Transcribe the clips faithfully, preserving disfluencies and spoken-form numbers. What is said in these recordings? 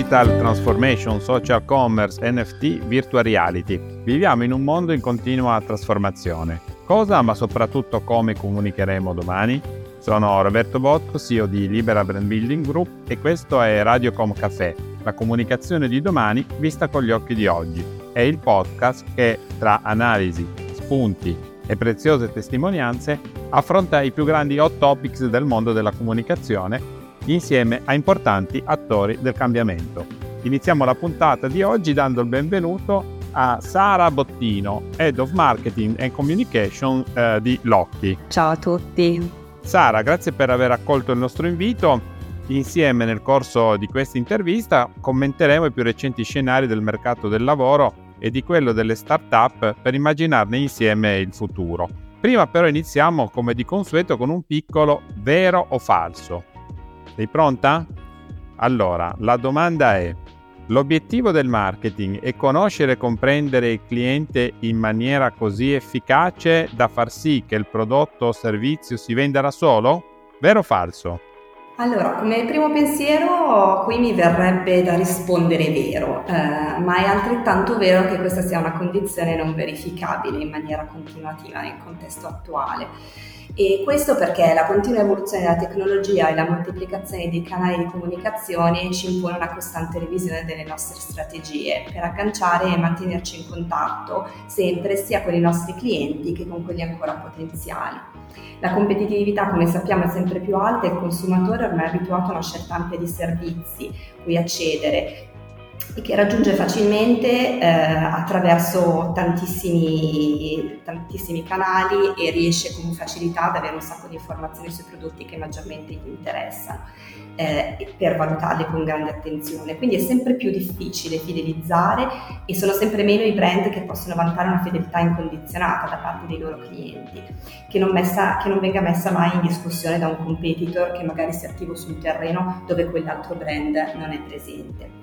Digital Transformation, Social Commerce, N F T, Virtual Reality. Viviamo in un mondo in continua trasformazione. Cosa, ma soprattutto come comunicheremo domani? Sono Roberto Botto, C E O di Libera Brand Building Group e questo è Radiocom Café, la comunicazione di domani vista con gli occhi di oggi. È il podcast che, tra analisi, spunti e preziose testimonianze, affronta i più grandi hot topics del mondo della comunicazione insieme a importanti attori del cambiamento. Iniziamo la puntata di oggi dando il benvenuto a Sara Bottino, Head of Marketing and Communication eh, di Locky. Ciao a tutti. Sara, grazie per aver accolto il nostro invito. Insieme nel corso di questa intervista commenteremo i più recenti scenari del mercato del lavoro e di quello delle start-up per immaginarne insieme il futuro. Prima però iniziamo come di consueto con un piccolo vero o falso. Sei pronta? Allora, la domanda è: l'obiettivo del marketing è conoscere e comprendere il cliente in maniera così efficace da far sì che il prodotto o servizio si venda da solo? Vero o falso? Allora, come primo pensiero qui mi verrebbe da rispondere vero, eh, ma è altrettanto vero che questa sia una condizione non verificabile in maniera continuativa nel contesto attuale. E questo perché la continua evoluzione della tecnologia e la moltiplicazione dei canali di comunicazione ci impone una costante revisione delle nostre strategie per agganciare e mantenerci in contatto sempre sia con i nostri clienti che con quelli ancora potenziali. La competitività, come sappiamo, è sempre più alta e il consumatore ormai è abituato a una scelta ampia di servizi cui accedere e che raggiunge facilmente eh, attraverso tantissimi, tantissimi canali e riesce con facilità ad avere un sacco di informazioni sui prodotti che maggiormente gli interessano eh, per valutarli con grande attenzione. Quindi è sempre più difficile fidelizzare e sono sempre meno i brand che possono vantare una fedeltà incondizionata da parte dei loro clienti, che non, messa, che non venga messa mai in discussione da un competitor che magari sia attivo su un terreno dove quell'altro brand non è presente.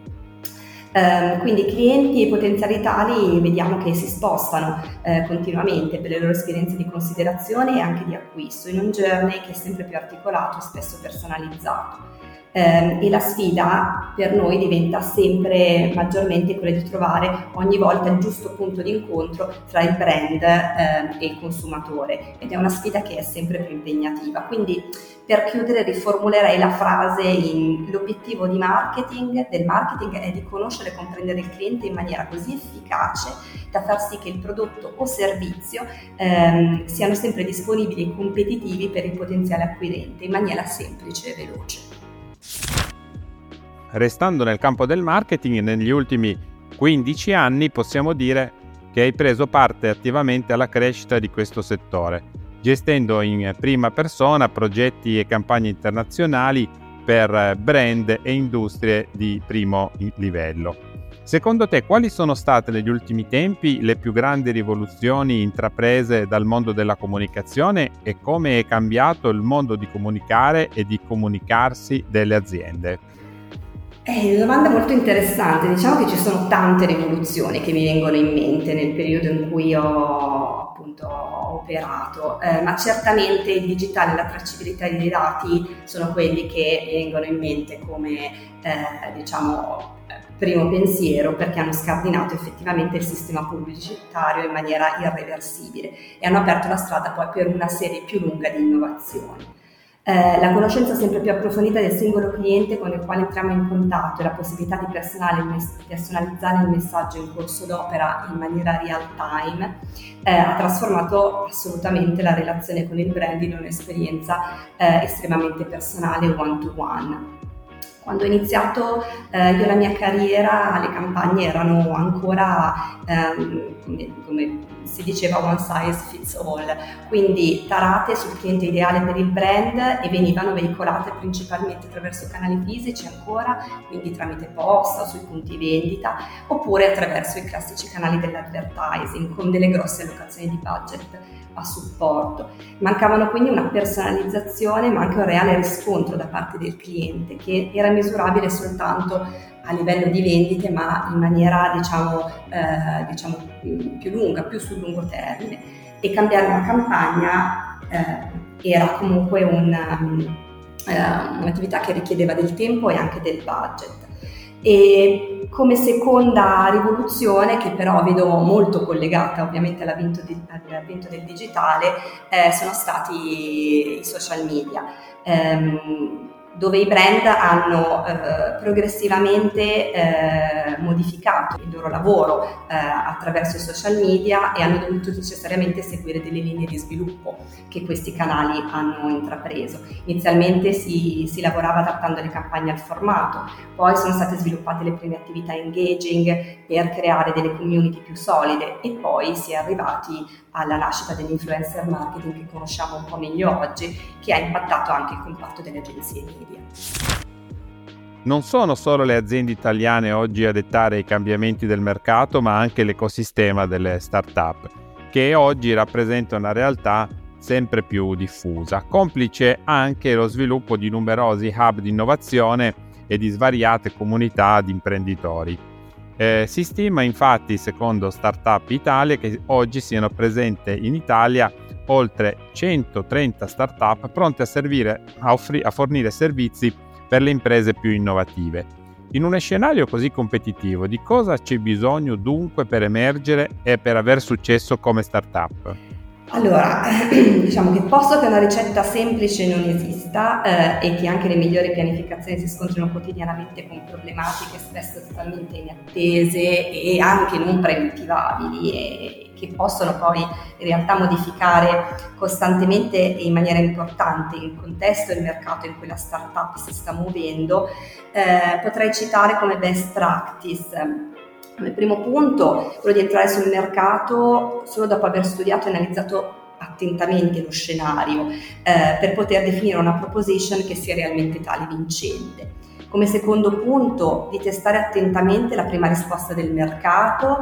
Uh, quindi clienti e potenziali tali vediamo che si spostano uh, continuamente per le loro esperienze di considerazione e anche di acquisto in un journey che è sempre più articolato e spesso personalizzato. Uh, e la sfida per noi diventa sempre maggiormente quella di trovare ogni volta il giusto punto di incontro tra il brand uh, e il consumatore, ed è una sfida che è sempre più impegnativa. Quindi per chiudere riformulerei la frase in: l'obiettivo di marketing, del marketing è di conoscere e comprendere il cliente in maniera così efficace da far sì che il prodotto o servizio ehm, siano sempre disponibili e competitivi per il potenziale acquirente in maniera semplice e veloce. Restando nel campo del marketing, negli ultimi quindici anni possiamo dire che hai preso parte attivamente alla crescita di questo settore, gestendo in prima persona progetti e campagne internazionali per brand e industrie di primo livello. Secondo te, quali sono state negli ultimi tempi le più grandi rivoluzioni intraprese dal mondo della comunicazione e come è cambiato il modo di comunicare e di comunicarsi delle aziende? È una domanda molto interessante. Diciamo che ci sono tante rivoluzioni che mi vengono in mente nel periodo in cui ho appunto ho operato, eh, ma certamente il digitale e la tracciabilità dei dati sono quelli che mi vengono in mente come eh, diciamo primo pensiero, perché hanno scardinato effettivamente il sistema pubblicitario in maniera irreversibile e hanno aperto la strada poi per una serie più lunga di innovazioni. Eh, la conoscenza sempre più approfondita del singolo cliente con il quale entriamo in contatto e la possibilità di personalizzare il messaggio in corso d'opera in maniera real time eh, ha trasformato assolutamente la relazione con il brand in un'esperienza eh, estremamente personale one to one. Quando ho iniziato eh, io la mia carriera, le campagne erano ancora, ehm, come, come si diceva, one size fits all, quindi tarate sul cliente ideale per il brand e venivano veicolate principalmente attraverso canali fisici ancora, quindi tramite posta o sui punti vendita, oppure attraverso i classici canali dell'advertising con delle grosse allocazioni di budget a supporto. Mancavano quindi una personalizzazione ma anche un reale riscontro da parte del cliente che era misurabile soltanto a livello di vendite, ma in maniera diciamo, eh, diciamo più lunga, più sul lungo termine. E cambiare una campagna eh, era comunque un, um, uh, un'attività che richiedeva del tempo e anche del budget. E come seconda rivoluzione, che però vedo molto collegata ovviamente all'avvento, di, all'avvento del digitale, eh, sono stati i social media, ehm, dove i brand hanno eh, progressivamente eh, modificato il loro lavoro eh, attraverso i social media e hanno dovuto necessariamente seguire delle linee di sviluppo che questi canali hanno intrapreso. Inizialmente si, si lavorava adattando le campagne al formato, poi sono state sviluppate le prime attività engaging per creare delle community più solide e poi si è arrivati alla nascita dell'influencer marketing che conosciamo un po' meglio oggi, che ha impattato anche il comparto delle agenzie media. Non sono solo le aziende italiane oggi a dettare i cambiamenti del mercato, ma anche l'ecosistema delle start-up, che oggi rappresenta una realtà sempre più diffusa, complice anche lo sviluppo di numerosi hub di innovazione e di svariate comunità di imprenditori. Eh, si stima infatti, secondo Startup Italia, che oggi siano presenti in Italia oltre centotrenta startup pronte a, servire, a, offri, a fornire servizi per le imprese più innovative. In uno scenario così competitivo, di cosa c'è bisogno dunque per emergere e per aver successo come startup? Allora, diciamo che posto che una ricetta semplice non esista eh, e che anche le migliori pianificazioni si scontrino quotidianamente con problematiche spesso totalmente inattese e anche non preventivabili e che possono poi in realtà modificare costantemente e in maniera importante il contesto e il mercato in cui la startup si sta muovendo, eh, potrei citare come best practice. Il primo punto, quello di entrare sul mercato solo dopo aver studiato e analizzato attentamente lo scenario eh, per poter definire una proposition che sia realmente tale vincente. Come secondo punto, di testare attentamente la prima risposta del mercato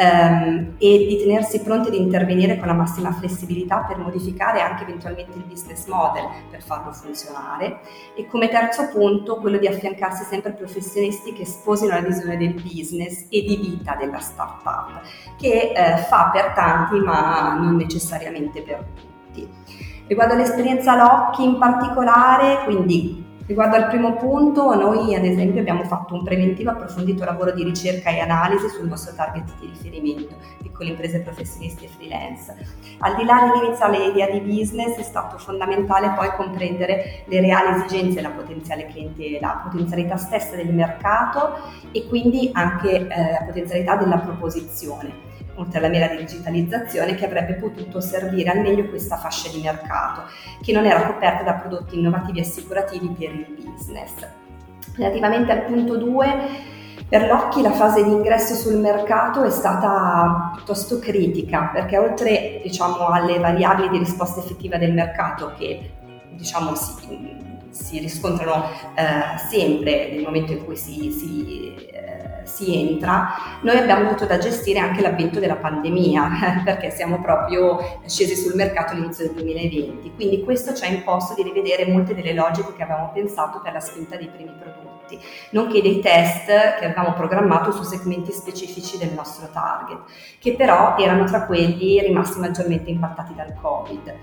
ehm, e di tenersi pronti ad intervenire con la massima flessibilità per modificare anche eventualmente il business model per farlo funzionare. E come terzo punto, quello di affiancarsi sempre a professionisti che sposino la visione del business e di vita della startup, che eh, fa per tanti ma non necessariamente per tutti. Riguardo all'esperienza Locchi in particolare, quindi riguardo al primo punto, noi ad esempio abbiamo fatto un preventivo approfondito lavoro di ricerca e analisi sul nostro target di riferimento, piccole imprese, professionisti e freelance. Al di là dell'iniziale idea di business è stato fondamentale poi comprendere le reali esigenze e la potenziale clientela, la potenzialità stessa del mercato e quindi anche eh, la potenzialità della proposizione, oltre alla mera digitalizzazione che avrebbe potuto servire al meglio questa fascia di mercato, che non era coperta da prodotti innovativi e assicurativi per il business. Relativamente al punto due, per Locchi la fase di ingresso sul mercato è stata piuttosto critica, perché oltre diciamo, alle variabili di risposta effettiva del mercato che diciamo si, si riscontrano eh, sempre nel momento in cui si, si eh, si entra, noi abbiamo avuto da gestire anche l'avvento della pandemia, perché siamo proprio scesi sul mercato all'inizio del duemilaventi, quindi questo ci ha imposto di rivedere molte delle logiche che avevamo pensato per la spinta dei primi prodotti, nonché dei test che avevamo programmato su segmenti specifici del nostro target, che però erano tra quelli rimasti maggiormente impattati dal Covid.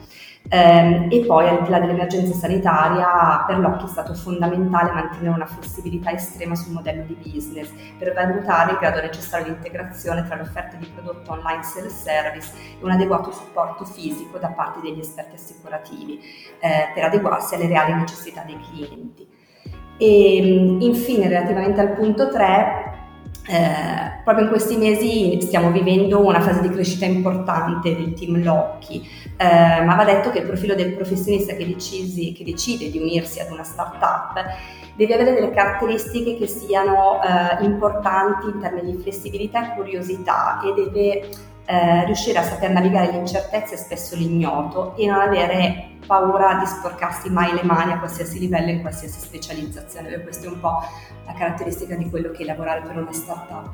Eh, e poi al di là dell'emergenza sanitaria per Locchi è stato fondamentale mantenere una flessibilità estrema sul modello di business per valutare il grado necessario di integrazione tra l'offerta di prodotto online self-service e un adeguato supporto fisico da parte degli esperti assicurativi eh, per adeguarsi alle reali necessità dei clienti. E infine relativamente al punto tre, Eh, proprio in questi mesi stiamo vivendo una fase di crescita importante del team Locchi, eh, ma va detto che il profilo del professionista che, decisi, che decide di unirsi ad una startup deve avere delle caratteristiche che siano eh, importanti in termini di flessibilità e curiosità e deve eh, riuscire a saper navigare l'incertezza e spesso l'ignoto e non avere paura di sporcarsi mai le mani a qualsiasi livello in qualsiasi specializzazione. Questa è un po' la caratteristica di quello che lavorare per una startup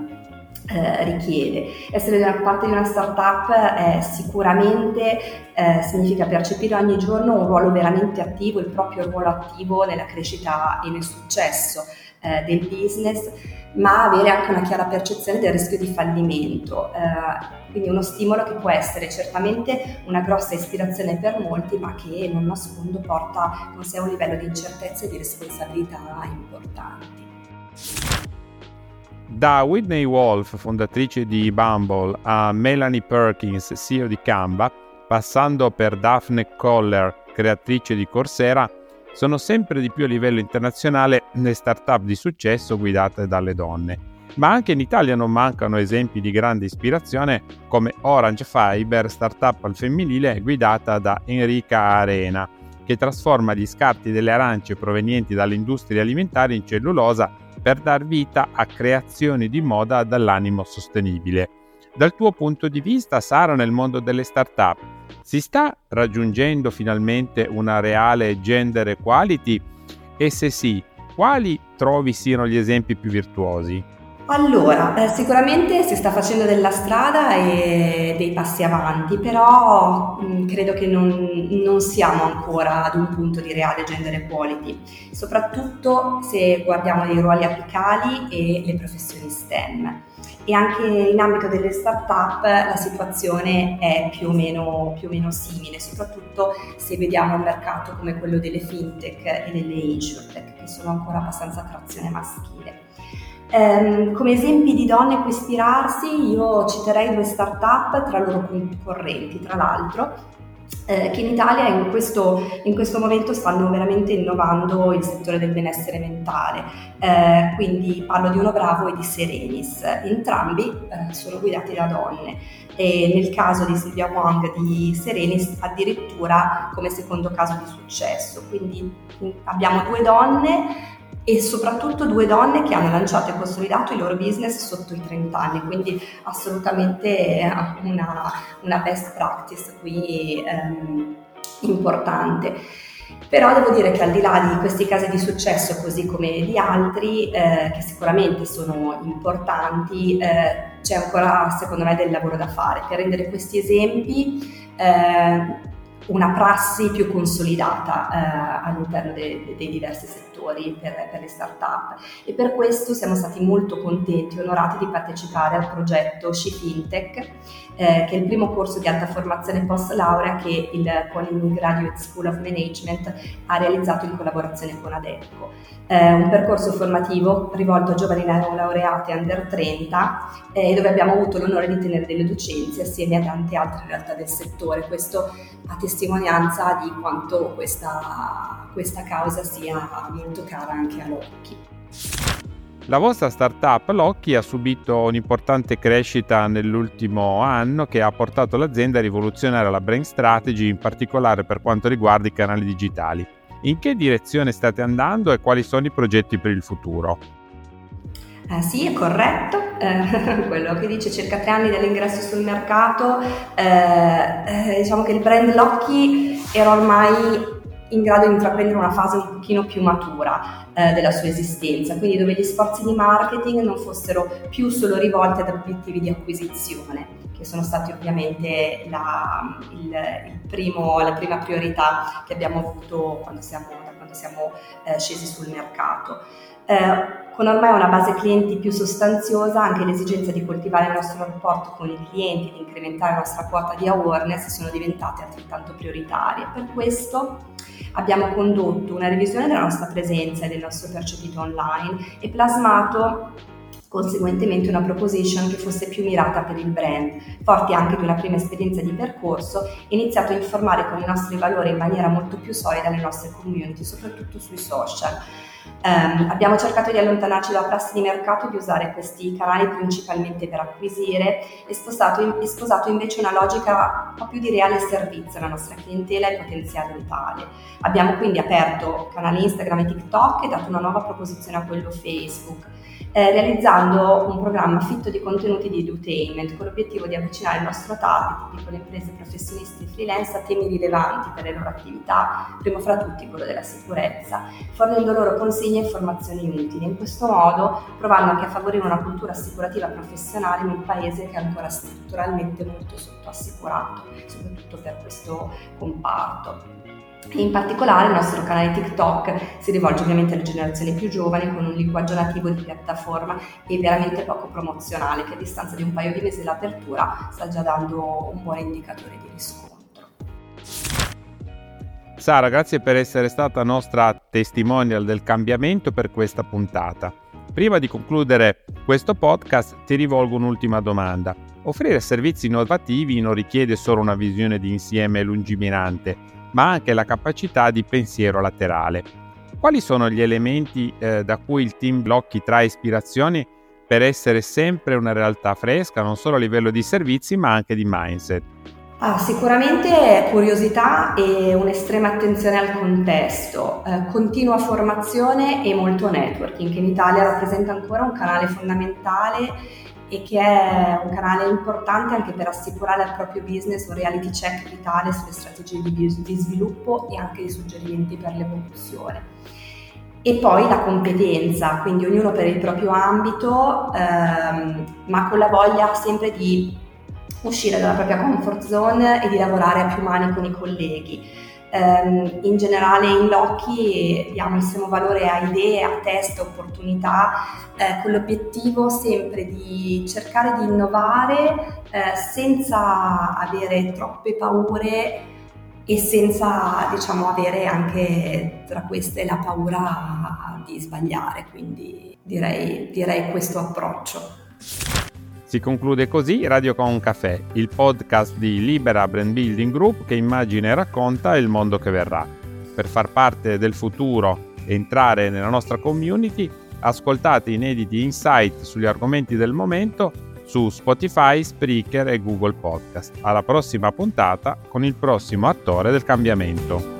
eh, richiede. Essere da parte di una startup eh, sicuramente eh, significa percepire ogni giorno un ruolo veramente attivo, il proprio ruolo attivo nella crescita e nel successo eh, del business, ma avere anche una chiara percezione del rischio di fallimento, eh, quindi uno stimolo che può essere certamente una grossa ispirazione per molti, ma che non nascondo porta con sé un livello di incertezza e di responsabilità importanti. Da Whitney Wolfe, fondatrice di Bumble, a Melanie Perkins, C E O di Canva, passando per Daphne Koller, creatrice di Coursera, sono sempre di più a livello internazionale le start-up di successo guidate dalle donne. Ma anche in Italia non mancano esempi di grande ispirazione come Orange Fiber, startup al femminile guidata da Enrica Arena, che trasforma gli scarti delle arance provenienti dalle industrie alimentari in cellulosa per dar vita a creazioni di moda dall'animo sostenibile. Dal tuo punto di vista, Sara, nel mondo delle start-up, si sta raggiungendo finalmente una reale gender equality? E se sì, quali trovi siano gli esempi più virtuosi? Allora, eh, sicuramente si sta facendo della strada e dei passi avanti, però mh, credo che non, non siamo ancora ad un punto di reale gender equality, soprattutto se guardiamo i ruoli apicali e le professioni STEM. E anche in ambito delle start-up la situazione è più o meno, più o meno simile, soprattutto se vediamo un mercato come quello delle fintech e delle insurtech, che sono ancora abbastanza a trazione maschile. Um, come esempi di donne a cui ispirarsi, io citerei due start-up tra loro concorrenti, tra l'altro, eh, che in Italia in questo, in questo momento stanno veramente innovando il settore del benessere mentale. Eh, quindi parlo di Uno Bravo e di Serenis, entrambi eh, sono guidati da donne. E nel caso di Silvia Wang di Serenis addirittura come secondo caso di successo. Quindi abbiamo due donne e soprattutto due donne che hanno lanciato e consolidato i loro business sotto i trenta anni, quindi assolutamente una, una best practice qui ehm, importante. Però devo dire che al di là di questi casi di successo, così come di altri, eh, che sicuramente sono importanti, eh, c'è ancora secondo me del lavoro da fare per rendere questi esempi eh, una prassi più consolidata eh, all'interno de- de- dei diversi settori per, per le start-up, e per questo siamo stati molto contenti e onorati di partecipare al progetto She Fintech, eh, che è il primo corso di alta formazione post laurea che il Polytechnic Graduate School of Management ha realizzato in collaborazione con Adecco. Eh, un percorso formativo rivolto a giovani laureati under trenta, eh, dove abbiamo avuto l'onore di tenere delle docenze assieme a tante altre realtà del settore. Questo a testimonianza di quanto questa, questa causa sia molto cara anche a Locchi. La vostra startup Locchi ha subito un'importante crescita nell'ultimo anno che ha portato l'azienda a rivoluzionare la brand strategy, in particolare per quanto riguarda i canali digitali. In che direzione state andando e quali sono i progetti per il futuro? Eh, sì, è corretto, eh, quello che dice circa tre anni dall'ingresso sul mercato, eh, eh, diciamo che il brand Locchi era ormai in grado di intraprendere una fase un pochino più matura eh, della sua esistenza, quindi dove gli sforzi di marketing non fossero più solo rivolti ad obiettivi di acquisizione, che sono stati ovviamente la, il, il primo, la prima priorità che abbiamo avuto quando siamo, da quando siamo eh, scesi sul mercato. Eh, con ormai una base clienti più sostanziosa, anche l'esigenza di coltivare il nostro rapporto con i clienti, di incrementare la nostra quota di awareness sono diventate altrettanto prioritarie. Per questo abbiamo condotto una revisione della nostra presenza e del nostro percepito online e plasmato conseguentemente una proposition che fosse più mirata per il brand, forti anche di una prima esperienza di percorso, e iniziato a informare con i nostri valori in maniera molto più solida le nostre community, soprattutto sui social. Um, abbiamo cercato di allontanarci dalla prassi di mercato di usare questi canali principalmente per acquisire e sposato, in, e sposato invece una logica un po' più di reale servizio alla nostra clientela e potenziale tale. Abbiamo quindi aperto canali Instagram e TikTok e dato una nuova proposizione a quello Facebook, Eh, realizzando un programma fitto di contenuti di edutainment con l'obiettivo di avvicinare il nostro target, piccole imprese, professionisti e freelance, a temi rilevanti per le loro attività, primo fra tutti quello della sicurezza, fornendo loro consigli e informazioni utili. In questo modo provando anche a favorire una cultura assicurativa professionale in un paese che è ancora strutturalmente molto sottoassicurato, soprattutto per questo comparto. E in particolare il nostro canale TikTok si rivolge ovviamente alle generazioni più giovani con un linguaggio nativo di piattaforma e veramente poco promozionale, che a distanza di un paio di mesi dall'apertura sta già dando un buon indicatore di riscontro. Sara, grazie per essere stata nostra testimonial del cambiamento per questa puntata. Prima di concludere questo podcast ti rivolgo un'ultima domanda. Offrire servizi innovativi non richiede solo una visione di insieme lungimirante, ma anche la capacità di pensiero laterale. Quali sono gli elementi eh, da cui il team Locky trae ispirazione per essere sempre una realtà fresca, non solo a livello di servizi, ma anche di mindset? Ah, sicuramente curiosità e un'estrema attenzione al contesto, eh, continua formazione e molto networking, che in Italia rappresenta ancora un canale fondamentale e che è un canale importante anche per assicurare al proprio business un reality check vitale sulle strategie di, di sviluppo e anche di suggerimenti per l'evoluzione. E poi la competenza, quindi ognuno per il proprio ambito, ehm, ma con la voglia sempre di uscire dalla propria comfort zone e di lavorare a più mani con i colleghi. Um, in generale in Locky diamo il massimo valore a idee, a test, opportunità, eh, con l'obiettivo sempre di cercare di innovare eh, senza avere troppe paure e senza, diciamo, avere anche tra queste la paura di sbagliare, quindi direi, direi questo approccio. Si conclude così Radio Con Café, il podcast di Libera Brand Building Group che immagina e racconta il mondo che verrà. Per far parte del futuro e entrare nella nostra community, ascoltate inediti insight sugli argomenti del momento su Spotify, Spreaker e Google Podcast. Alla prossima puntata con il prossimo attore del cambiamento.